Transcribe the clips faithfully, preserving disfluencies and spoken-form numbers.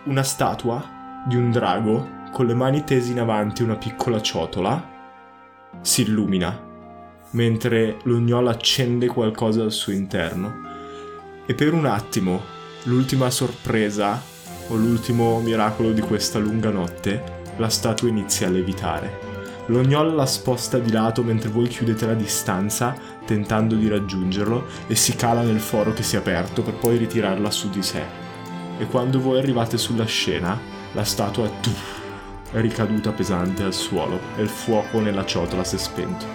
una statua di un drago con le mani tese in avanti e una piccola ciotola si illumina mentre l'Ognol accende qualcosa al suo interno e per un attimo l'ultima sorpresa o l'ultimo miracolo di questa lunga notte, la statua inizia a levitare. L'Ognol la sposta di lato mentre voi chiudete la distanza tentando di raggiungerlo e si cala nel foro che si è aperto per poi ritirarla su di sé. E quando voi arrivate sulla scena, la statua tuff, è ricaduta pesante al suolo e il fuoco nella ciotola si è spento.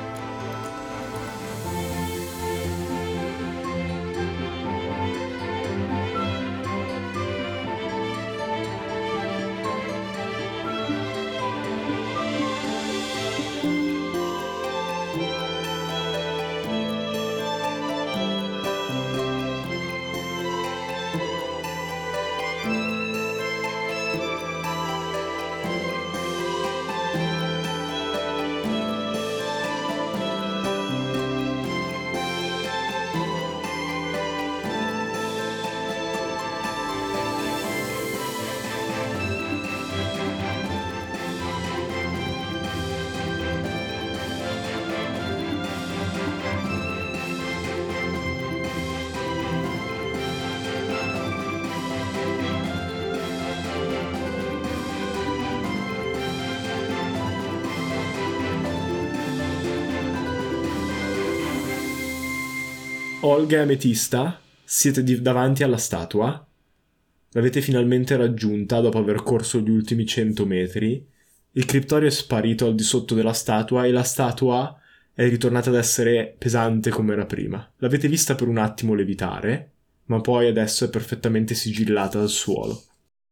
Olga e Ametista, siete di- davanti alla statua. L'avete finalmente raggiunta dopo aver corso gli ultimi cento metri. Il criptorio è sparito al di sotto della statua e la statua è ritornata ad essere pesante come era prima. L'avete vista per un attimo levitare, ma poi adesso è perfettamente sigillata al suolo.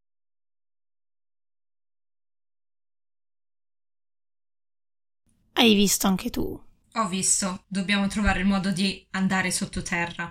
Hai visto anche tu? Ho visto, dobbiamo trovare il modo di andare sottoterra.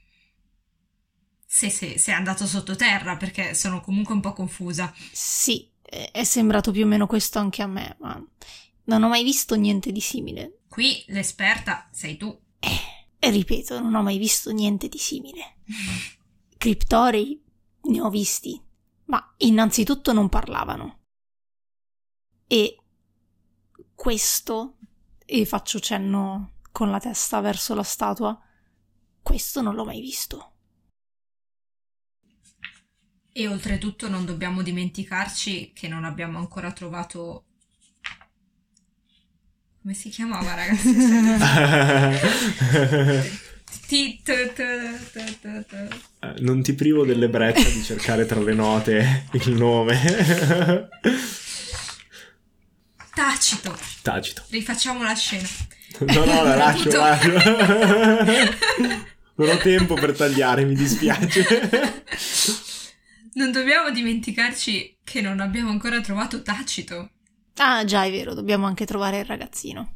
Se, se, se è andato sottoterra, perché sono comunque un po' confusa. Sì, è sembrato più o meno questo anche a me, ma non ho mai visto niente di simile. Qui l'esperta sei tu. Eh, e ripeto, non ho mai visto niente di simile. Criptorei ne ho visti, ma innanzitutto non parlavano. E questo, e faccio cenno con la testa verso la statua, questo non l'ho mai visto. E oltretutto non dobbiamo dimenticarci che non abbiamo ancora trovato... Come si chiamava, ragazzi? Ti- t- t- t- t- t- Non ti privo delle brezza di cercare tra le note il nome. Tacito. Tacito. Rifacciamo la scena. No, no, la lascio, Tutto- lascio. Non ho tempo per tagliare, mi dispiace. Non dobbiamo dimenticarci che non abbiamo ancora trovato Tacito. Ah, già, è vero, dobbiamo anche trovare il ragazzino.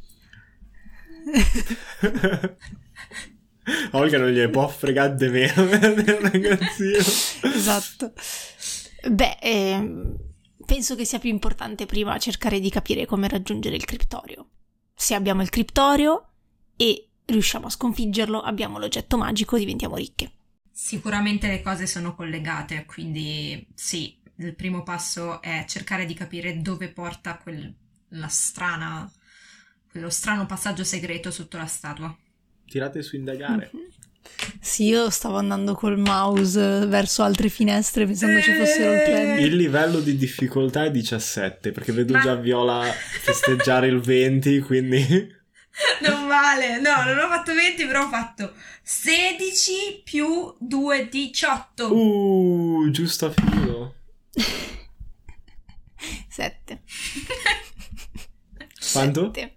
Olga non gliene può fregare di meno del ragazzino. Esatto. Beh, ehm, penso che sia più importante prima cercare di capire come raggiungere il criptorio. Se abbiamo il criptorio e riusciamo a sconfiggerlo, abbiamo l'oggetto magico, diventiamo ricche. Sicuramente le cose sono collegate, quindi sì, il primo passo è cercare di capire dove porta quel, la strana, quello strano passaggio segreto sotto la statua. Tirate su indagare. Mm-hmm. Sì, io stavo andando col mouse verso altre finestre pensando ci fossero il plan. Il livello di difficoltà è diciassette, perché vedo Ma- già Viola festeggiare il venti, quindi... Non male, no, non ho fatto venti, però ho fatto sedici più due, diciotto. Uh, giusto a filo. Sette. Quanto? Sette.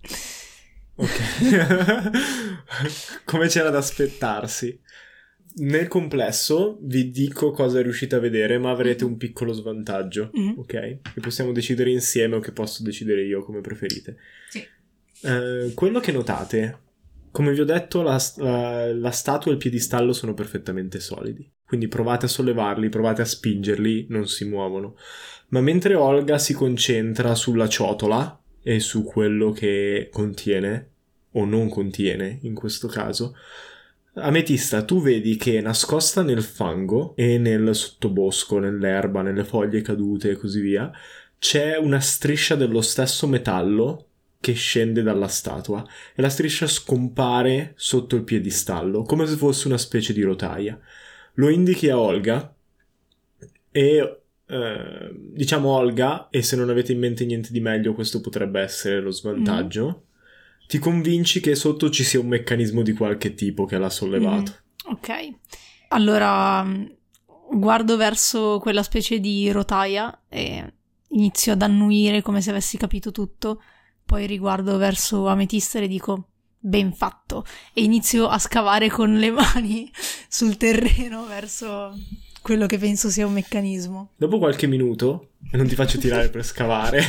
Ok. Come c'era da aspettarsi. Nel complesso vi dico cosa riuscite a vedere, ma avrete un piccolo svantaggio, Mm. ok? Che possiamo decidere insieme o che posso decidere io, come preferite. Sì. Eh, quello che notate, come vi ho detto, la, la, la statua e il piedistallo sono perfettamente solidi. Quindi provate a sollevarli, provate a spingerli, non si muovono. Ma mentre Olga si concentra sulla ciotola e su quello che contiene, o non contiene in questo caso, Ametista, tu vedi che nascosta nel fango e nel sottobosco, nell'erba, nelle foglie cadute e così via, c'è una striscia dello stesso metallo che scende dalla statua e la striscia scompare sotto il piedistallo, come se fosse una specie di rotaia. Lo indichi a Olga e eh, diciamo Olga, e se non avete in mente niente di meglio questo potrebbe essere lo svantaggio, mm. ti convinci che sotto ci sia un meccanismo di qualche tipo che l'ha sollevato. Mm. Ok, allora guardo verso quella specie di rotaia e inizio ad annuire come se avessi capito tutto, poi riguardo verso Ametista e le dico ben fatto e inizio a scavare con le mani sul terreno verso quello che penso sia un meccanismo. Dopo qualche minuto, e non ti faccio tirare per scavare,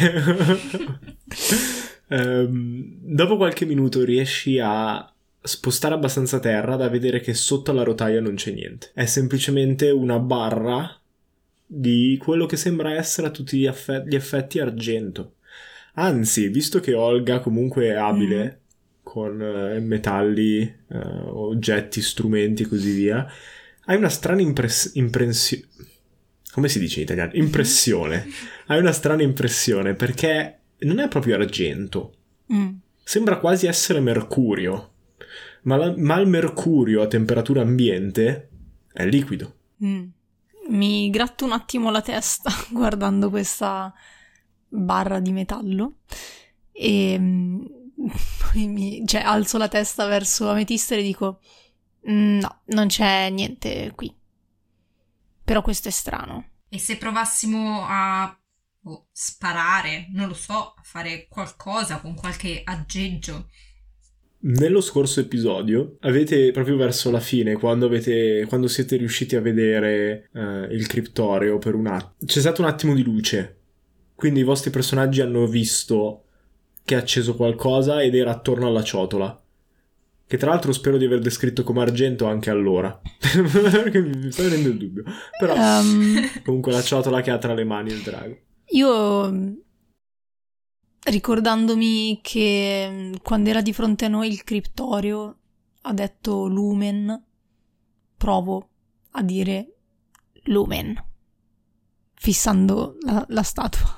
um, dopo qualche minuto riesci a spostare abbastanza terra da vedere che sotto la rotaia non c'è niente. È semplicemente una barra di quello che sembra essere a tutti gli, affe- gli effetti argento. Anzi, visto che Olga comunque è abile mm. con eh, metalli, eh, oggetti, strumenti e così via, hai una strana impress- impressione. Come si dice in italiano? Impressione. Hai una strana impressione perché non è proprio argento. Mm. Sembra quasi essere mercurio. Ma, la- ma il mercurio a temperatura ambiente è liquido. Mm. Mi gratto un attimo la testa guardando questa barra di metallo e poi mi, cioè, alzo la testa verso Ametista e le dico no, non c'è niente qui, però questo è strano. E se provassimo a oh, sparare, non lo so, a fare qualcosa con qualche aggeggio? Nello scorso episodio avete, proprio verso la fine, quando avete quando siete riusciti a vedere uh, il criptoreo per un attimo, c'è stato un attimo di luce, quindi i vostri personaggi hanno visto che è acceso qualcosa ed era attorno alla ciotola, che tra l'altro spero di aver descritto come argento anche allora perché mi sta venendo il dubbio, però um... comunque la ciotola che ha tra le mani il drago. Io, ricordandomi che quando era di fronte a noi il criptoreo ha detto lumen, provo a dire lumen, fissando la, la statua.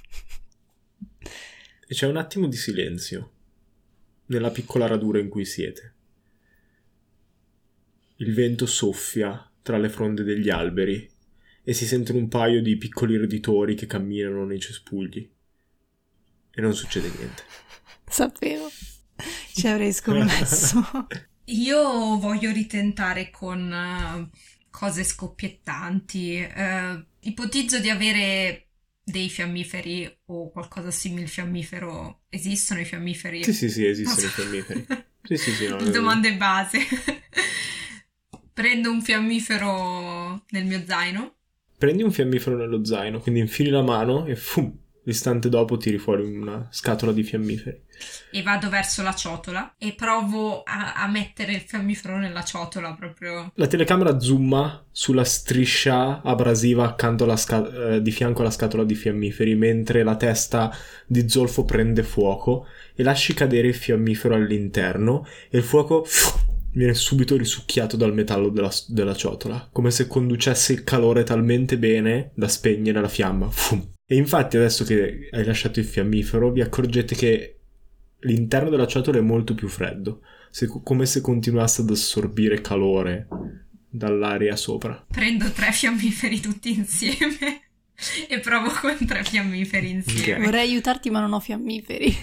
E c'è un attimo di silenzio nella piccola radura in cui siete. Il vento soffia tra le fronde degli alberi e si sentono un paio di piccoli roditori che camminano nei cespugli. E non succede niente. Sapevo. Ci avrei scommesso. Io voglio ritentare con uh, cose scoppiettanti. Uh, ipotizzo di avere dei fiammiferi o qualcosa simile fiammifero. Esistono i fiammiferi? Sì, sì, sì, esistono i fiammiferi. Sì, sì, sì. No, domande base. Prendo un fiammifero nel mio zaino. Prendi un fiammifero nello zaino, quindi infili la mano e fum, l'istante dopo tiri fuori una scatola di fiammiferi. E vado verso la ciotola e provo a, a mettere il fiammifero nella ciotola proprio. La telecamera zooma sulla striscia abrasiva accanto alla sca- eh, di fianco alla scatola di fiammiferi, mentre la testa di Zolfo prende fuoco e lasci cadere il fiammifero all'interno e il fuoco viene subito risucchiato dal metallo della, della ciotola, come se conducesse il calore talmente bene da spegnere la fiamma. Fum. E infatti adesso che hai lasciato il fiammifero vi accorgete che l'interno della ciotola è molto più freddo, se, come se continuasse ad assorbire calore dall'aria sopra. Prendo tre fiammiferi tutti insieme e provo con tre fiammiferi insieme. Okay. Vorrei aiutarti ma non ho fiammiferi.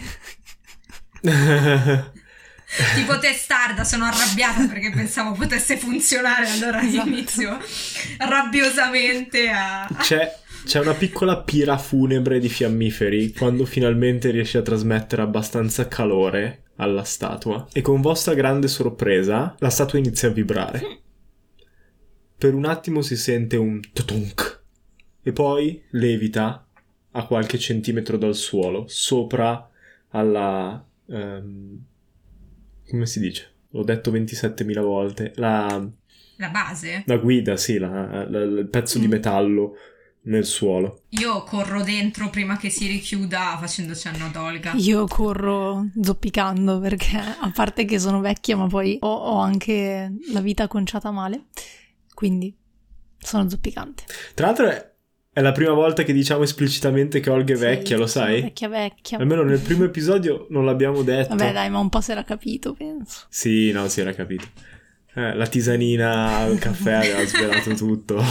Tipo testarda, sono arrabbiata perché pensavo potesse funzionare, allora esatto. Inizio rabbiosamente a... C'è, c'è una piccola pira funebre di fiammiferi quando finalmente riesci a trasmettere abbastanza calore alla statua e con vostra grande sorpresa la statua inizia a vibrare. Per un attimo si sente un tutunk e poi levita a qualche centimetro dal suolo sopra alla... Um, come si dice? L'ho detto ventisettemila volte. La, la base? La guida, sì, la, la, il pezzo mm. di metallo nel suolo. Io corro dentro prima che si richiuda facendo cenno ad Olga. Io corro zoppicando perché, a parte che sono vecchia, ma poi ho, ho anche la vita conciata male, quindi sono zoppicante. Tra l'altro è, è la prima volta che diciamo esplicitamente che Olga è Sì, vecchia, lo sono sai? Vecchia vecchia. Almeno nel primo episodio non l'abbiamo detto. Vabbè dai, ma un po' si era capito, penso. Sì, no, si era capito. Eh, la tisanina al caffè aveva svelato tutto.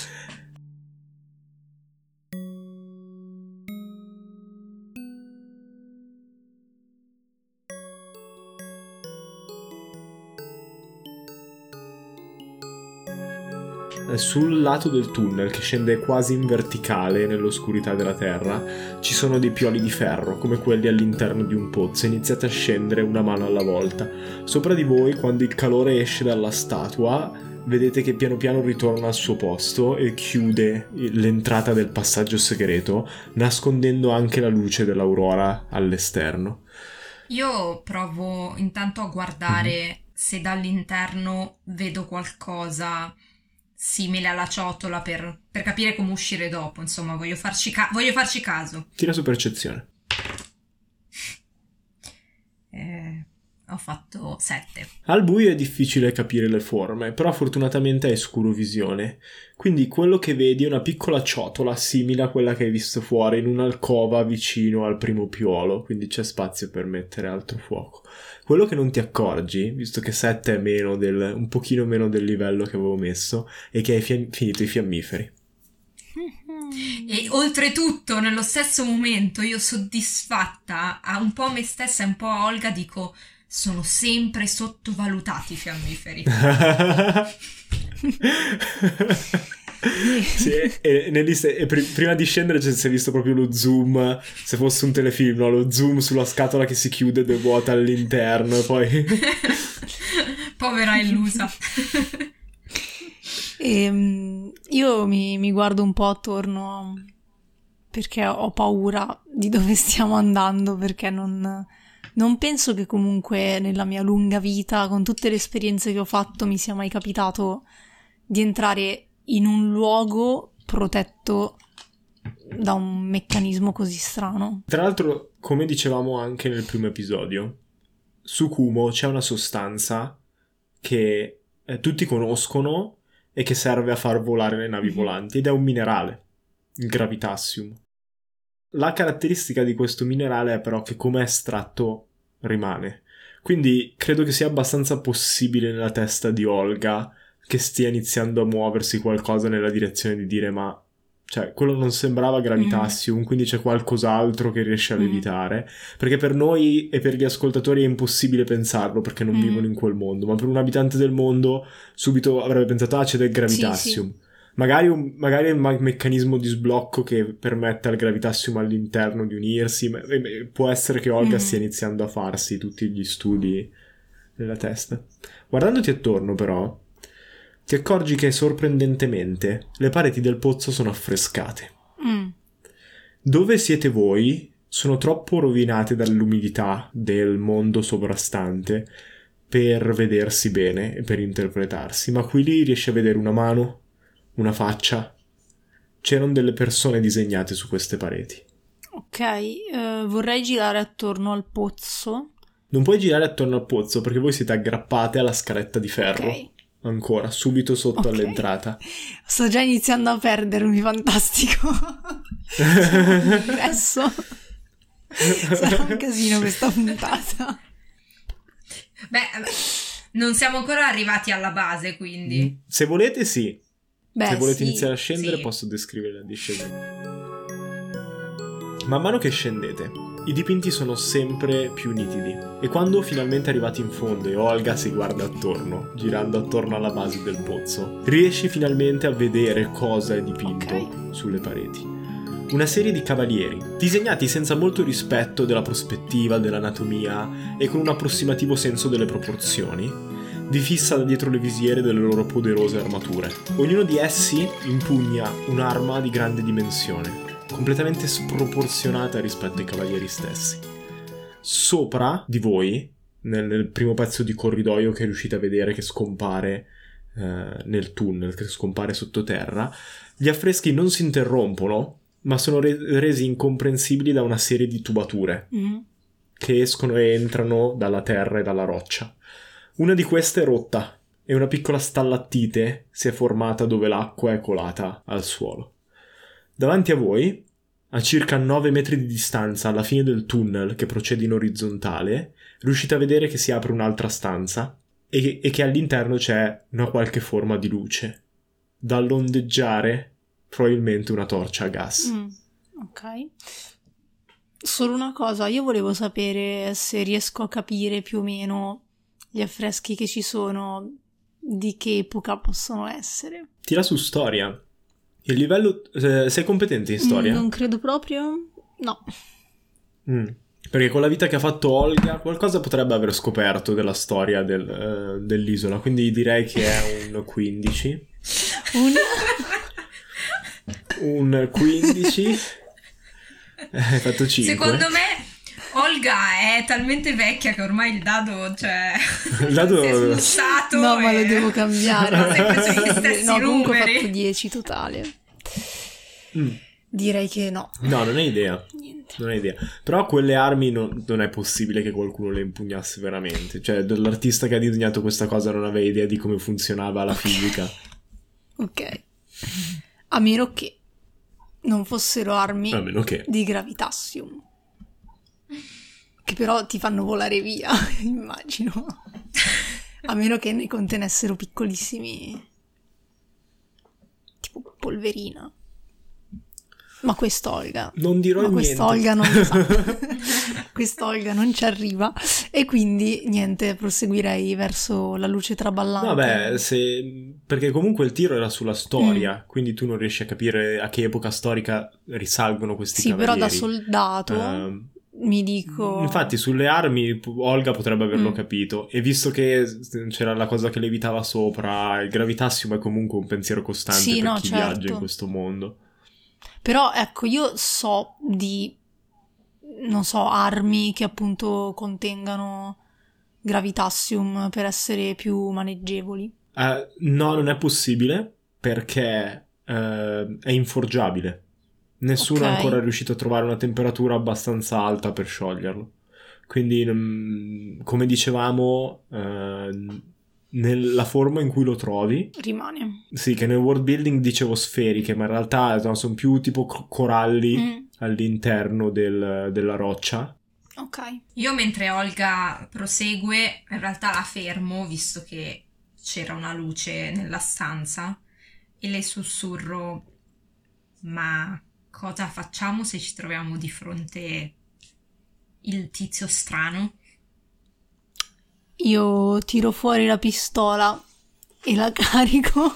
Sul lato del tunnel, che scende quasi in verticale nell'oscurità della terra, ci sono dei pioli di ferro, come quelli all'interno di un pozzo. Iniziate a scendere una mano alla volta. Sopra di voi, quando il calore esce dalla statua, vedete che piano piano ritorna al suo posto e chiude l'entrata del passaggio segreto, nascondendo anche la luce dell'aurora all'esterno. Io provo intanto a guardare Mm-hmm. se dall'interno vedo qualcosa simile alla ciotola per, per capire come uscire dopo. Insomma, voglio farci, ca- voglio farci caso. Tira su percezione. Eh, ho fatto sette. Al buio è difficile capire le forme, però fortunatamente hai scuro-visione. Quindi quello che vedi è una piccola ciotola simile a quella che hai visto fuori in un'alcova vicino al primo piolo, quindi c'è spazio per mettere altro fuoco. Quello che non ti accorgi, visto che sette è meno del, un pochino meno del livello che avevo messo, è che hai fi- finito i fiammiferi. E oltretutto, nello stesso momento, io soddisfatta a un po' me stessa e un po' a Olga dico: sono sempre sottovalutati i fiammiferi. Sì, e, e, nell'iste- e pr- prima di scendere ci si è visto proprio lo zoom, se fosse un telefilm, no? Lo zoom sulla scatola che si chiude e vuota all'interno, poi povera illusa. E, io mi, mi guardo un po' attorno perché ho paura di dove stiamo andando, perché non, non penso che comunque nella mia lunga vita, con tutte le esperienze che ho fatto, mi sia mai capitato di entrare in un luogo protetto da un meccanismo così strano. Tra l'altro, come dicevamo anche nel primo episodio, su Kumo c'è una sostanza che eh, tutti conoscono e che serve a far volare le navi Mm-hmm. volanti, ed è un minerale, il gravitassium. La caratteristica di questo minerale è però che come estratto rimane. Quindi credo che sia abbastanza possibile nella testa di Olga che stia iniziando a muoversi qualcosa nella direzione di dire: ma cioè quello non sembrava gravitassium, mm. quindi c'è qualcos'altro che riesce a levitare, mm. perché per noi e per gli ascoltatori è impossibile pensarlo perché non mm. vivono in quel mondo, ma per un abitante del mondo subito avrebbe pensato: ah, c'è del gravitassium. Sì, sì. Magari un, magari un meccanismo di sblocco che permette al gravitassium all'interno di unirsi. Può essere che Olga mm. stia iniziando a farsi tutti gli studi nella testa. Guardandoti attorno però ti accorgi che sorprendentemente le pareti del pozzo sono affrescate. Mm. Dove siete voi sono troppo rovinate dall'umidità del mondo sovrastante per vedersi bene e per interpretarsi, ma qui lì riesci a vedere una mano, una faccia. C'erano delle persone disegnate su queste pareti. Ok, uh, vorrei girare attorno al pozzo. Non puoi girare attorno al pozzo perché voi siete aggrappate alla scaletta di ferro. Ok. Ancora, subito sotto okay. all'entrata. Sto già iniziando a perdermi, fantastico. Adesso sarà un casino questa puntata. Beh, non siamo ancora arrivati alla base, quindi. Se volete, sì. Beh, Se volete sì, iniziare a scendere, sì. posso descrivere la discesa. Man mano che scendete, i dipinti sono sempre più nitidi, e quando finalmente arrivati in fondo e Olga si guarda attorno, girando attorno alla base del pozzo, riesci finalmente a vedere cosa è dipinto okay. sulle pareti. Una serie di cavalieri, disegnati senza molto rispetto della prospettiva, dell'anatomia e con un approssimativo senso delle proporzioni, vi fissa da dietro le visiere delle loro poderose armature. Ognuno di essi impugna un'arma di grande dimensione, completamente sproporzionata rispetto ai cavalieri stessi. Sopra di voi, nel, nel primo pezzo di corridoio che riuscite a vedere che scompare eh, nel tunnel che scompare sottoterra, gli affreschi non si interrompono, ma sono re- resi incomprensibili da una serie di tubature Mm. che escono e entrano dalla terra e dalla roccia. Una di queste è rotta e una piccola stallattite si è formata dove l'acqua è colata al suolo. Davanti a voi, a circa nove metri di distanza, alla fine del tunnel che procede in orizzontale, riuscite a vedere che si apre un'altra stanza e, e che all'interno c'è una qualche forma di luce. Dall'ondeggiare probabilmente una torcia a gas. Mm. Ok. Solo una cosa, io volevo sapere se riesco a capire più o meno gli affreschi che ci sono, di che epoca possono essere. Tira su storia. Il livello... eh, sei competente in storia? Mm, non credo proprio. No. Mm. Perché con la vita che ha fatto Olga qualcosa potrebbe aver scoperto della storia del, eh, dell'isola, quindi direi che è un quindici. Un... Un quindici. Eh, Hai fatto cinque. Secondo me Olga è talmente vecchia che ormai il dado, cioè, Il dado- si è smussato. No, ma e- lo devo cambiare. Si è preso gli stessi No, comunque ho numeri. fatto dieci totale. Mm. Direi che no. No, non hai idea. Niente. Non hai idea. Però quelle armi non, non è possibile che qualcuno le impugnasse veramente. Cioè, l'artista che ha disegnato questa cosa non aveva idea di come funzionava la fisica. Ok. A meno che non fossero armi A meno che. di gravitassium. Che però ti fanno volare via, immagino. A meno che ne contenessero piccolissimi... tipo polverina. Ma quest'Olga... Non dirò Ma niente. quest'Olga non lo sa. Quest'Olga non ci arriva. E quindi, niente, proseguirei verso la luce traballante. Vabbè, se... perché comunque il tiro era sulla storia, quindi tu non riesci a capire a che epoca storica risalgono questi Sì, però cavalieri. da soldato Ehm, mi dico... Infatti sulle armi Olga potrebbe averlo Mm. capito, e visto che c'era la cosa che levitava sopra, il gravitassium è comunque un pensiero costante Sì, per no, chi certo. viaggia in questo mondo. Però ecco, io so di, non so, armi che appunto contengano gravitassium per essere più maneggevoli. Eh, no, non è possibile perché eh, è inforgiabile. Nessuno Ok. è ancora riuscito a trovare una temperatura abbastanza alta per scioglierlo. Quindi, mm, come dicevamo, eh, nella forma in cui lo trovi, Rimane. sì, che nel world building dicevo sferiche, ma in realtà no, sono più tipo co- coralli Mm, all'interno del- della roccia. ok. Io mentre Olga prosegue, in realtà la fermo, visto che c'era una luce nella stanza, e le sussurro: ma cosa facciamo se ci troviamo di fronte il tizio strano? Io tiro fuori la pistola e la carico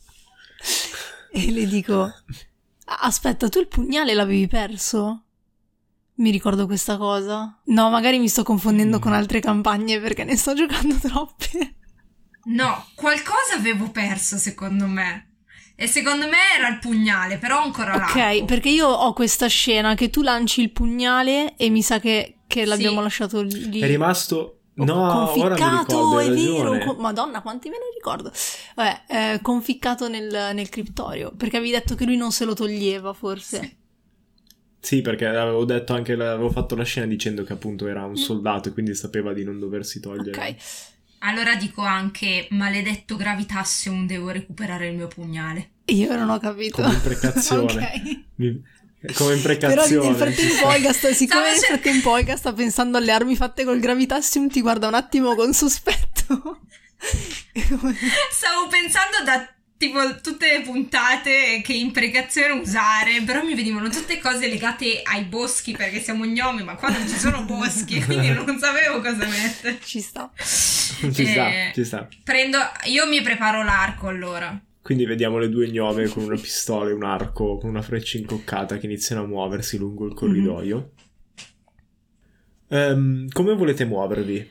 e le dico: aspetta, tu il pugnale l'avevi perso? Mi ricordo questa cosa. No, magari mi sto confondendo con altre campagne perché ne sto giocando troppe. No, qualcosa avevo perso secondo me. E secondo me era il pugnale, però ho ancora Ok, l'arco. perché io ho questa scena che tu lanci il pugnale e mi sa che, che l'abbiamo Sì. lasciato lì. È rimasto... No, ora mi conficcato, ricordo, hai è vero. ragione. co- Madonna, quanti me ne ricordo. Vabbè, eh, conficcato nel, nel criptorio, perché avevi detto che lui non se lo toglieva, forse. Sì. Sì, perché avevo detto anche, avevo fatto la scena dicendo che appunto era un soldato e quindi sapeva di non doversi togliere. Ok. Allora dico anche: maledetto gravitassium, devo recuperare il mio pugnale. Io non ho capito. Come imprecazione. Ok. Mi- Come Però imprecazione. nel frattempo Olga sta, siccome Stavo nel cer- frattempo Olga sta pensando alle armi fatte col gravitassium, ti guarda un attimo con sospetto. Stavo pensando da tipo tutte le puntate che imprecazione usare, però mi venivano tutte cose legate ai boschi perché siamo gnomi, ma qua non ci sono boschi, quindi non sapevo cosa mettere. Ci sta. Ci sta, Eh, ci sta. Prendo, io mi preparo l'arco allora. Quindi vediamo le due gnome con una pistola e un arco, con una freccia incoccata che iniziano a muoversi lungo il corridoio. Ehm, come volete muovervi?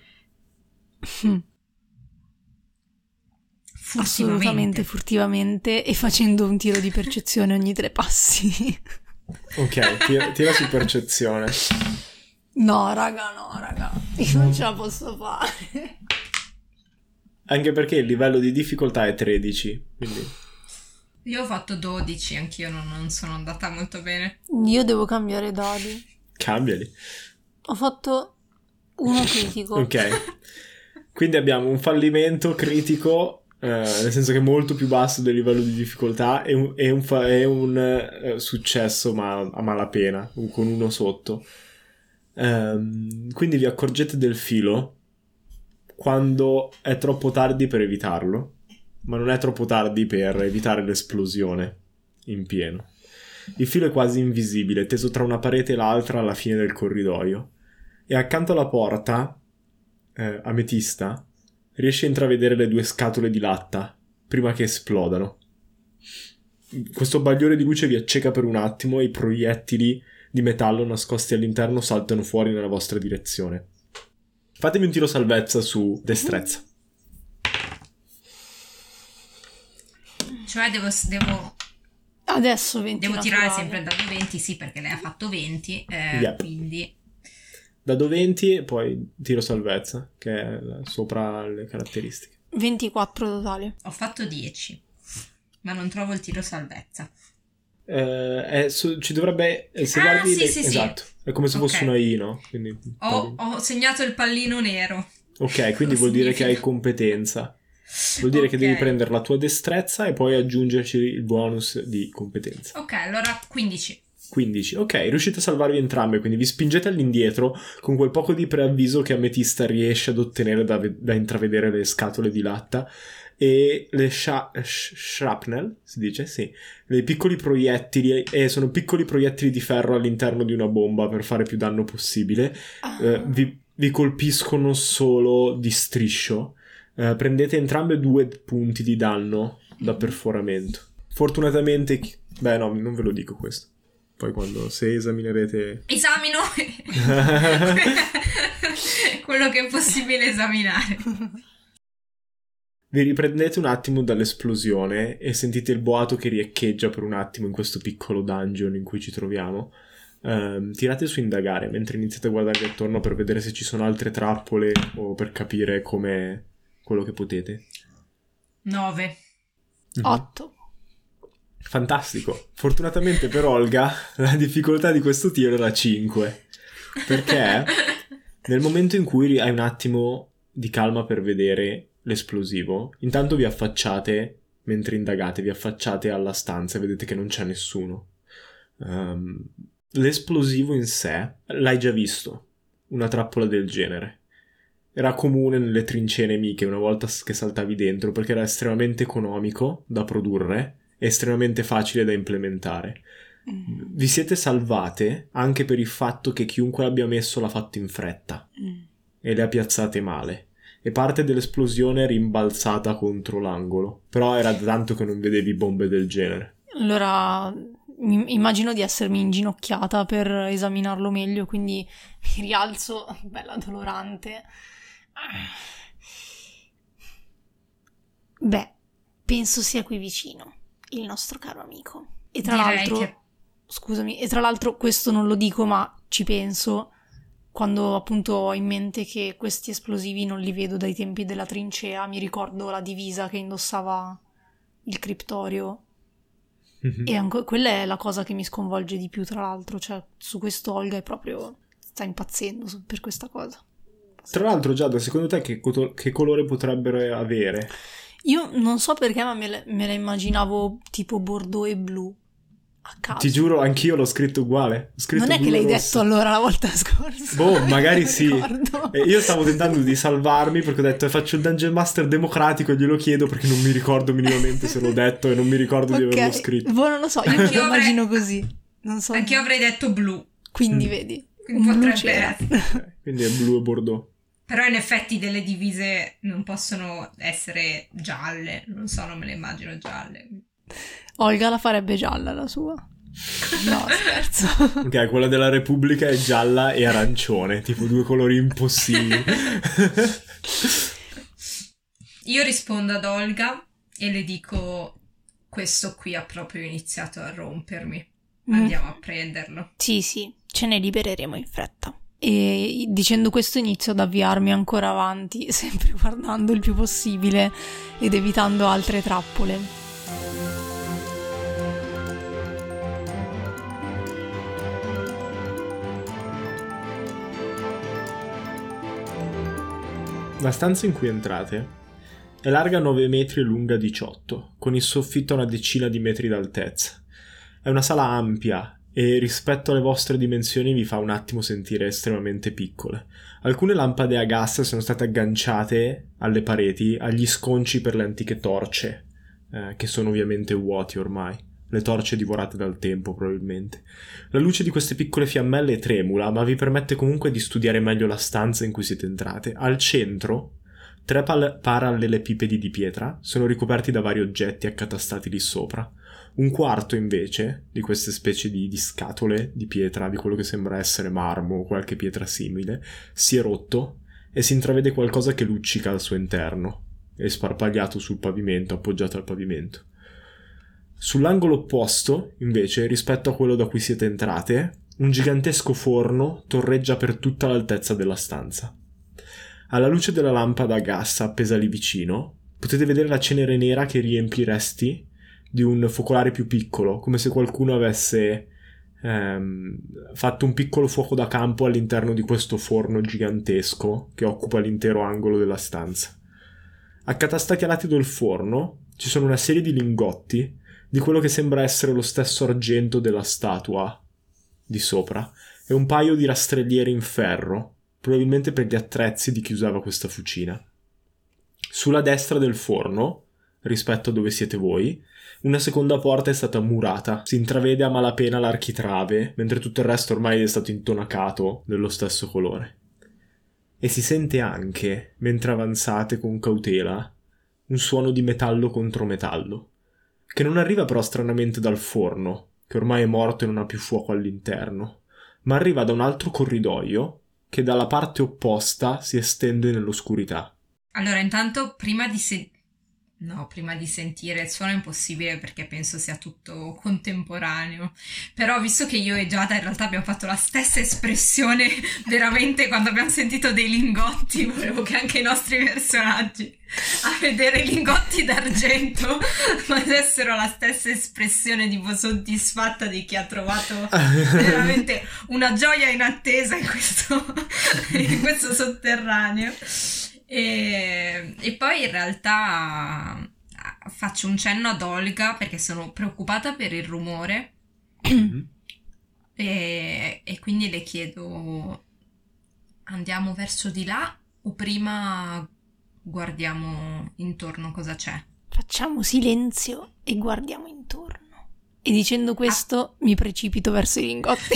Assolutamente furtivamente e facendo un tiro di percezione ogni tre passi. Ok, tira, tira su percezione. No, raga, no, raga. Io non ce la posso fare. Anche perché il livello di difficoltà è tredici, quindi... Io ho fatto dodici, anch'io non, non sono andata molto bene. Io devo cambiare dadi. Cambiali. Ho fatto uno critico. Ok. Quindi abbiamo un fallimento critico, eh, nel senso che è molto più basso del livello di difficoltà, e un, e un, fa- e un eh, successo ma a malapena, con uno sotto. Ehm, quindi vi accorgete del filo quando è troppo tardi per evitarlo, ma non è troppo tardi per evitare l'esplosione in pieno. Il filo è quasi invisibile, teso tra una parete e l'altra alla fine del corridoio, e accanto alla porta, eh, ametista, riesci a intravedere le due scatole di latta prima che esplodano. Questo bagliore di luce vi acceca per un attimo e i proiettili di metallo nascosti all'interno saltano fuori nella vostra direzione. Fatemi un tiro salvezza su destrezza. Cioè devo, devo, Adesso venti devo tirare naturale. sempre dado venti, sì, perché lei ha fatto venti, eh, Yep. quindi... Dado venti e poi tiro salvezza, che è sopra le caratteristiche. ventiquattro totale. Ho fatto dieci, ma non trovo il tiro salvezza. Eh, è su- ci dovrebbe eh, se Ah, guardi sì, le- sì, sì. esatto, è come se fosse Ok. una I, no? Quindi, Ho, ho segnato il pallino nero. ok, quindi Cosa vuol dire che hai significa? competenza. Vuol dire che Ok. devi prendere la tua destrezza e poi aggiungerci il bonus di competenza. Ok, allora quindici. quindici. Ok, riuscite a salvarvi entrambe, quindi vi spingete all'indietro con quel poco di preavviso che Ametista riesce ad ottenere da, ve- da intravedere le scatole di latta e le sha- sh- shrapnel, si dice? Sì. Le piccoli proiettili, e sono piccoli proiettili di ferro all'interno di una bomba per fare più danno possibile. Eh, vi, vi colpiscono solo di striscio. Eh, prendete entrambe due punti di danno da perforamento. Fortunatamente, chi- beh no, non ve lo dico questo. Poi quando, se esaminerete... Esamino quello che è possibile esaminare. Vi riprendete un attimo dall'esplosione e sentite il boato che riecheggia per un attimo in questo piccolo dungeon in cui ci troviamo. Ehm, tirate su indagare mentre iniziate a guardarvi attorno per vedere se ci sono altre trappole o per capire come quello che potete. nove. otto. Fantastico. Fortunatamente per Olga la difficoltà di questo tiro era cinque, perché nel momento in cui hai un attimo di calma per vedere l'esplosivo, intanto vi affacciate, mentre indagate, vi affacciate alla stanza e vedete che non c'è nessuno. Um, l'esplosivo in sé l'hai già visto, una trappola del genere. Era comune nelle trincee nemiche una volta che saltavi dentro, perché era estremamente economico da produrre e estremamente facile da implementare. Mm. Vi siete salvate anche per il fatto che chiunque l'abbia messo l'ha fatto in fretta Mm. e le ha piazzate male, e parte dell'esplosione è rimbalzata contro l'angolo, però era da tanto che non vedevi bombe del genere. Allora mi- immagino di essermi inginocchiata per esaminarlo meglio, quindi mi rialzo, bella dolorante. Beh, penso sia qui vicino il nostro caro amico. E tra Direi l'altro, che- scusami, e tra l'altro questo non lo dico, ma ci penso quando appunto ho in mente che questi esplosivi non li vedo dai tempi della trincea. Mi ricordo la divisa che indossava il criptorio. E anche quella è la cosa che mi sconvolge di più, tra l'altro, cioè su questo Olga è proprio sta impazzendo su- per questa cosa. Tra l'altro, Giada, secondo te che, coto- che colore potrebbero avere? Io non so perché, ma me la, me la immaginavo tipo bordeaux e blu a caso. Ti giuro, anch'io l'ho scritto uguale. Ho scritto Non è che blu e l'hai rosso. detto allora la volta scorsa? Boh, magari Non sì. ricordo. E io stavo tentando di salvarmi perché ho detto faccio il Dungeon Master democratico e glielo chiedo perché non mi ricordo minimamente se l'ho detto e non mi ricordo di averlo Ok, scritto. boh, non lo so, io me lo Anch'io avrei- immagino così. Non so. Anch'io avrei detto blu. Quindi Mm. vedi, Quindi un blu potrebbe c'era. essere. Ok, quindi è blu e bordeaux. Però in effetti delle divise non possono essere gialle. Non so, non me le immagino gialle. Olga la farebbe gialla la sua. No, scherzo. Ok, quella della Repubblica è gialla e arancione, tipo due colori impossibili. Io rispondo ad Olga e le dico: questo qui ha proprio iniziato a rompermi. Mm. Andiamo a prenderlo. Sì, sì, ce ne libereremo in fretta. E dicendo questo inizio ad avviarmi ancora avanti, sempre guardando il più possibile ed evitando altre trappole. La stanza in cui entrate è larga nove metri e lunga diciotto, con il soffitto a una decina di metri d'altezza. È una sala ampia e rispetto alle vostre dimensioni vi fa un attimo sentire estremamente piccole. Alcune lampade a gas sono state agganciate alle pareti agli sconci per le antiche torce, eh, che sono ovviamente vuoti ormai. Le torce divorate dal tempo, probabilmente. La luce di queste piccole fiammelle è tremula, ma vi permette comunque di studiare meglio la stanza in cui siete entrate. Al centro, tre pal- parallelepipedi di pietra sono ricoperti da vari oggetti accatastati lì sopra. Un quarto, invece, di queste specie di, di scatole di pietra, di quello che sembra essere marmo o qualche pietra simile, si è rotto e si intravede qualcosa che luccica al suo interno. È sparpagliato sul pavimento, appoggiato al pavimento. Sull'angolo opposto, invece, rispetto a quello da cui siete entrate, un gigantesco forno torreggia per tutta l'altezza della stanza. Alla luce della lampada a gas appesa lì vicino, potete vedere la cenere nera che riempie i resti di un focolare più piccolo, come se qualcuno avesse ehm, fatto un piccolo fuoco da campo all'interno di questo forno gigantesco che occupa l'intero angolo della stanza. Accatastati ai lati del forno ci sono una serie di lingotti di quello che sembra essere lo stesso argento della statua di sopra e un paio di rastrelliere in ferro, probabilmente per gli attrezzi di chi usava questa fucina. Sulla destra del forno, rispetto a dove siete voi, una seconda porta è stata murata. Si intravede a malapena l'architrave, mentre tutto il resto ormai è stato intonacato dello stesso colore. E si sente anche, mentre avanzate con cautela, un suono di metallo contro metallo, che non arriva però stranamente dal forno, che ormai è morto e non ha più fuoco all'interno, ma arriva da un altro corridoio che dalla parte opposta si estende nell'oscurità. Allora, intanto, prima di se... No, prima di sentire il suono è impossibile perché penso sia tutto contemporaneo. Però visto che io e Giada in realtà abbiamo fatto la stessa espressione veramente quando abbiamo sentito dei lingotti, volevo che anche i nostri personaggi a vedere i lingotti d'argento avessero la stessa espressione tipo soddisfatta di chi ha trovato veramente una gioia inattesa in questo, in questo sotterraneo. E, e poi in realtà faccio un cenno ad Olga perché sono preoccupata per il rumore e, e quindi le chiedo: andiamo verso di là o prima guardiamo intorno cosa c'è? Facciamo silenzio e guardiamo intorno. E dicendo questo ah. mi precipito verso i lingotti.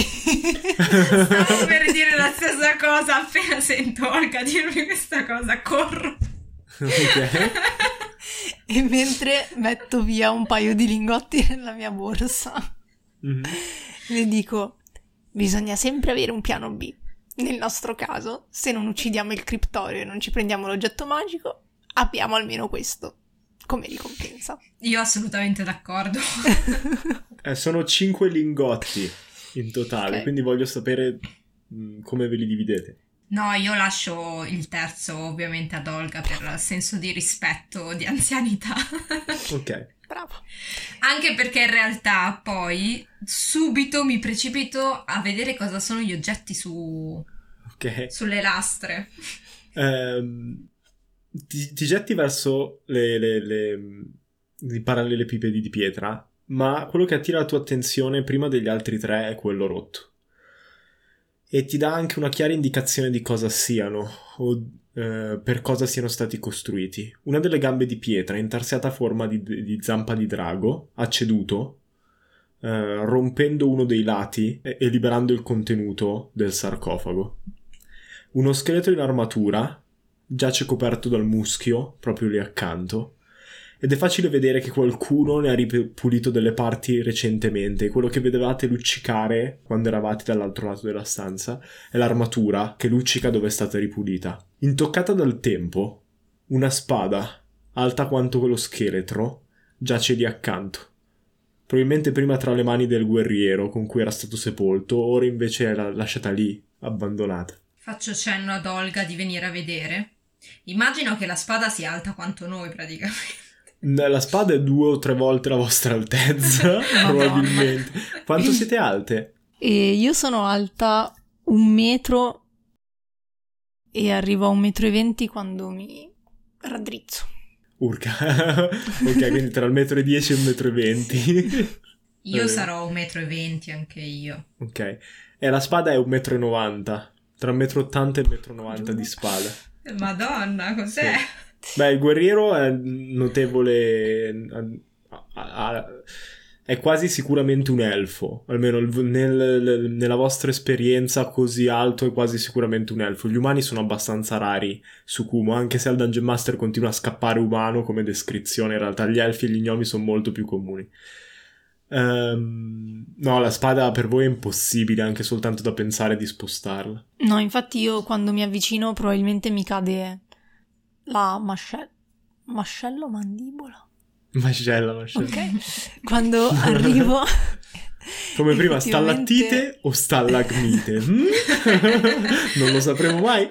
Stavo per dire la stessa cosa, appena sento Olga dirmi questa cosa corro. Ok. E mentre metto via un paio di lingotti nella mia borsa, mm-hmm. le dico: bisogna sempre avere un piano B. Nel nostro caso, se non uccidiamo il criptorio e non ci prendiamo l'oggetto magico, abbiamo almeno questo come ricompensa. Io assolutamente d'accordo. eh, sono cinque lingotti in totale, okay. Quindi voglio sapere mh, come ve li dividete. No, io lascio il terzo ovviamente ad Olga per senso di rispetto, di anzianità. Ok. Bravo. Anche perché in realtà poi subito mi precipito a vedere cosa sono gli oggetti su okay. sulle lastre. Um... Ti, ti getti verso le, le, le, i parallelepipedi di pietra, ma quello che attira la tua attenzione prima degli altri tre è quello rotto. E ti dà anche una chiara indicazione di cosa siano o eh, per cosa siano stati costruiti. Una delle gambe di pietra, intarsiata a forma di, di zampa di drago, ha ceduto, eh, rompendo uno dei lati e, e liberando il contenuto del sarcofago. Uno scheletro in armatura giace coperto dal muschio proprio lì accanto ed è facile vedere che qualcuno ne ha ripulito delle parti recentemente. Quello che vedevate luccicare quando eravate dall'altro lato della stanza è l'armatura che luccica dove è stata ripulita. Intoccata dal tempo, una spada alta quanto quello scheletro giace lì accanto, probabilmente prima tra le mani del guerriero con cui era stato sepolto, ora invece era lasciata lì abbandonata. Faccio cenno ad Olga di venire a vedere. Immagino che la spada sia alta quanto noi praticamente. La spada è due o tre volte la vostra altezza, probabilmente. Quanto siete alte? E io sono alta un metro e arrivo a un metro e venti quando mi raddrizzo. Urca. Ok, quindi tra il metro e dieci e un metro e venti. Io eh. sarò un metro e venti anche io. Ok. E la spada è un metro e novanta. Tra un metro e ottanta e un metro e novanta di spada. Madonna, cos'è? Sì. Beh, il guerriero è notevole, è quasi sicuramente un elfo, almeno nel, nella vostra esperienza così alto è quasi sicuramente un elfo. Gli umani sono abbastanza rari su Kumo, anche se al Dungeon Master continua a scappare umano come descrizione, in realtà gli elfi e gli gnomi sono molto più comuni. Um, no, la spada per voi è impossibile anche soltanto da pensare di spostarla. No, infatti io quando mi avvicino probabilmente mi cade la mascella, mascello mandibola. Mascella, mascella. Ok. Quando arrivo come prima, effettivamente... stallattite o stallagmite? Mm? Non lo sapremo mai.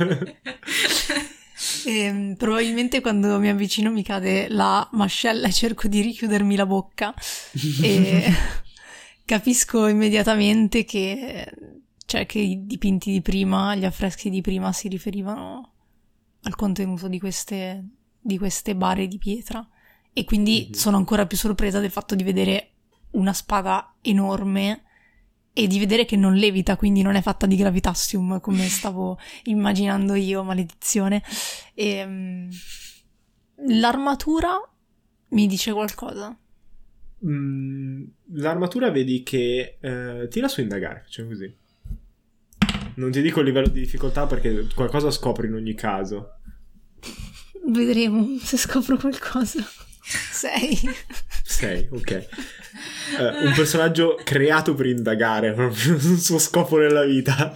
E, probabilmente quando mi avvicino mi cade la mascella e cerco di richiudermi la bocca e capisco immediatamente che, cioè, che i dipinti di prima, gli affreschi di prima si riferivano al contenuto di queste, di queste bare di pietra e quindi mm-hmm. sono ancora più sorpresa del fatto di vedere una spada enorme e di vedere che non levita, quindi non è fatta di gravitassium come stavo immaginando io, maledizione. E, um, l'armatura mi dice qualcosa? Mm, l'armatura vedi che eh, tira su indagare, facciamo così. Non ti dico il livello di difficoltà perché qualcosa scopri in ogni caso. Vedremo se scopro qualcosa. Sei. Sei, ok. Uh, un personaggio creato per indagare, proprio il suo scopo nella vita.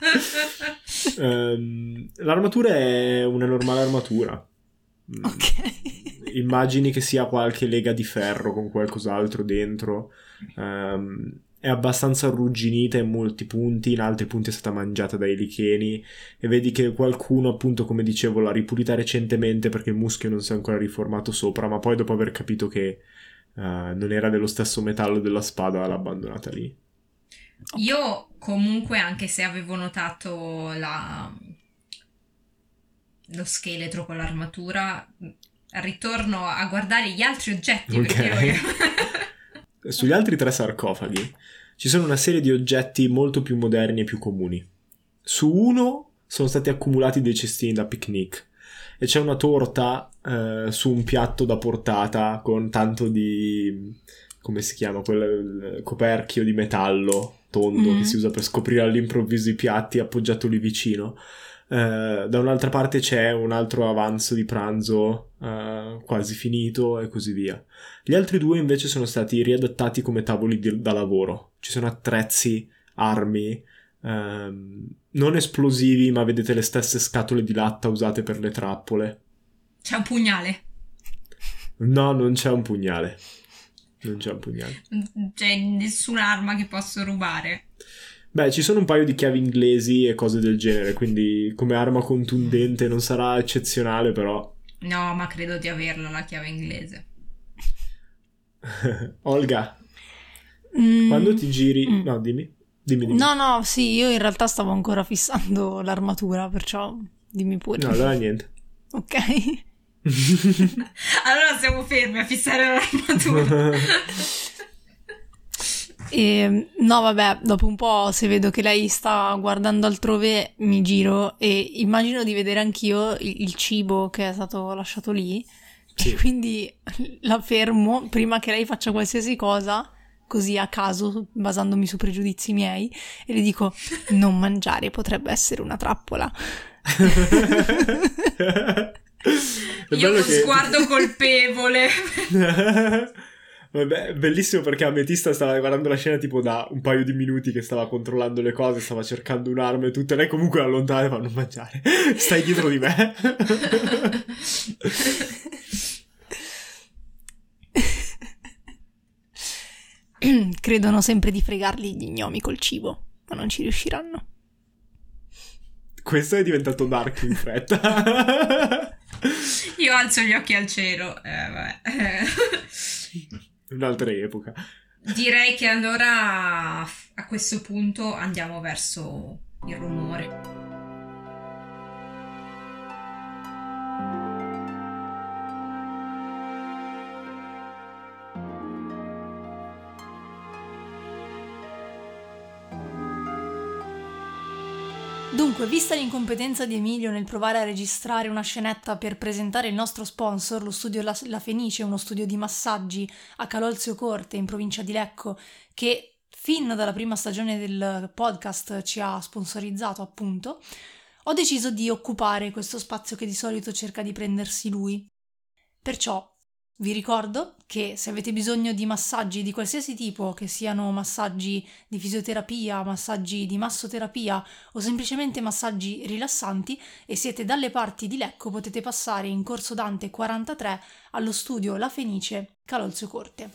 um, l'armatura è una normale armatura. Ok. Immagini che sia qualche lega di ferro con qualcos'altro dentro. Um, è abbastanza arrugginita in molti punti, in altri punti è stata mangiata dai licheni e vedi che qualcuno, appunto, come dicevo, l'ha ripulita recentemente perché il muschio non si è ancora riformato sopra, ma poi dopo aver capito che uh, non era dello stesso metallo della spada l'ha abbandonata lì. Io comunque, anche se avevo notato la... lo scheletro con l'armatura, ritorno a guardare gli altri oggetti. Okay. Perché sugli altri tre sarcofagi ci sono una serie di oggetti molto più moderni e più comuni. Su uno sono stati accumulati dei cestini da picnic e c'è una torta eh, su un piatto da portata con tanto di, come si chiama, quel coperchio di metallo tondo mm. che si usa per scoprire all'improvviso i piatti appoggiato lì vicino. Uh, da un'altra parte c'è un altro avanzo di pranzo uh, quasi finito e così via. Gli altri due invece sono stati riadattati come tavoli di, da lavoro. Ci sono attrezzi, armi, um, non esplosivi, ma vedete le stesse scatole di latta usate per le trappole. C'è un pugnale? No, non c'è un pugnale. Non c'è un pugnale. C'è nessun'arma che posso rubare. Beh, ci sono un paio di chiavi inglesi e cose del genere, quindi come arma contundente non sarà eccezionale, però... No, ma credo di averla la chiave inglese. Olga, mm. quando ti giri... Mm. No, dimmi. dimmi, dimmi. No, no, sì, io in realtà stavo ancora fissando l'armatura, perciò dimmi pure. No, allora niente. Ok. Allora siamo fermi a fissare l'armatura. E, no, vabbè, dopo un po', se vedo che lei sta guardando altrove, mi giro e immagino di vedere anch'io il, il cibo che è stato lasciato lì. Sì. E quindi la fermo prima che lei faccia qualsiasi cosa, così a caso, basandomi su pregiudizi miei, e le dico: non mangiare, potrebbe essere una trappola. Io con che... sguardo colpevole. Vabbè, bellissimo perché Ametista stava guardando la scena tipo da un paio di minuti che stava controllando le cose, stava cercando un'arma e tutto, e lei comunque da lontano fa: non mangiare, stai dietro di me. Credono sempre di fregarli gli gnomi col cibo, ma non ci riusciranno. Questo è diventato dark in fretta. Io alzo gli occhi al cielo. Eh, vabbè. Un'altra epoca. Direi che allora a questo punto andiamo verso il rumore. Dunque, vista l'incompetenza di Emilio nel provare a registrare una scenetta per presentare il nostro sponsor, lo studio La, La Fenice, uno studio di massaggi a Calolzio Corte, in provincia di Lecco, che fin dalla prima stagione del podcast ci ha sponsorizzato, appunto, ho deciso di occupare questo spazio che di solito cerca di prendersi lui. Perciò vi ricordo che se avete bisogno di massaggi di qualsiasi tipo, che siano massaggi di fisioterapia, massaggi di massoterapia o semplicemente massaggi rilassanti e siete dalle parti di Lecco, potete passare in Corso Dante quarantatré allo studio La Fenice, Calolzio Corte.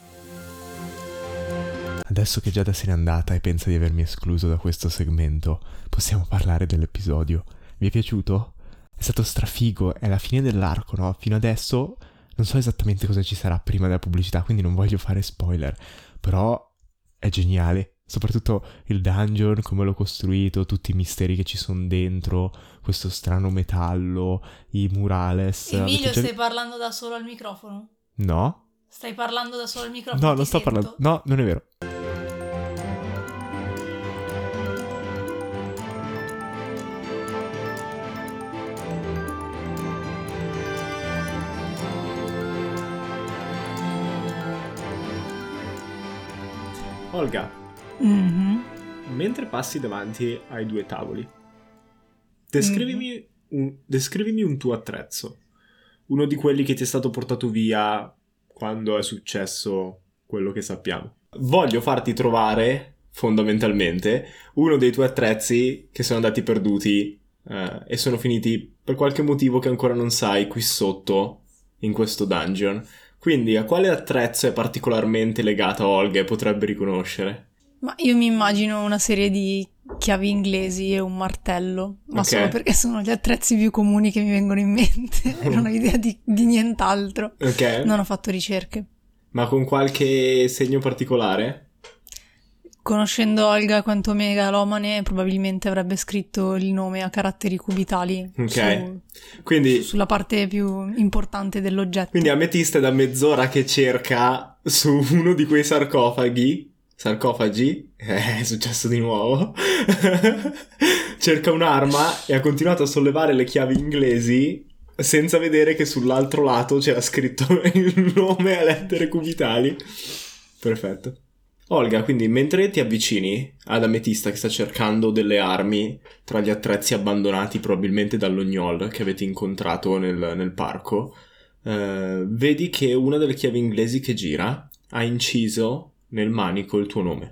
Adesso che Giada se n'è andata e pensa di avermi escluso da questo segmento, possiamo parlare dell'episodio. Vi è piaciuto? È stato strafigo, è la fine dell'arco, no? Fino adesso non so esattamente cosa ci sarà prima della pubblicità, quindi non voglio fare spoiler, però è geniale. Soprattutto il dungeon, come l'ho costruito, tutti i misteri che ci sono dentro, questo strano metallo, i murales. Emilio, già... stai parlando da solo al microfono? No? Stai parlando da solo al microfono? No, Ti non sto sento? parlando. No, non è vero. Olga, Mm-hmm. mentre passi davanti ai due tavoli, descrivimi, mm-hmm. un, descrivimi un tuo attrezzo. Uno di quelli che ti è stato portato via quando è successo quello che sappiamo. Voglio farti trovare, fondamentalmente, uno dei tuoi attrezzi che sono andati perduti eh, e sono finiti per qualche motivo che ancora non sai qui sotto, in questo dungeon. Quindi a quale attrezzo è particolarmente legata Olga e potrebbe riconoscere? Ma io mi immagino una serie di chiavi inglesi e un martello, ma Ok. solo perché sono gli attrezzi più comuni che mi vengono in mente. Non ho idea di, di nient'altro. Ok. Non ho fatto ricerche. Ma con qualche segno particolare? Conoscendo Olga quanto megalomane, probabilmente avrebbe scritto il nome a caratteri cubitali Ok. su- Quindi, sulla parte più importante dell'oggetto. quindi Ametista è da mezz'ora che cerca su uno di quei sarcofagi. Sarcofagi? Eh, è successo di nuovo. Cerca un'arma e ha continuato a sollevare le chiavi inglesi senza vedere che sull'altro lato c'era scritto il nome a lettere cubitali. Perfetto. Olga, quindi mentre ti avvicini ad Ametista che sta cercando delle armi tra gli attrezzi abbandonati probabilmente dall'Ognol che avete incontrato nel, nel parco, eh, vedi che una delle chiavi inglesi che gira ha inciso nel manico il tuo nome.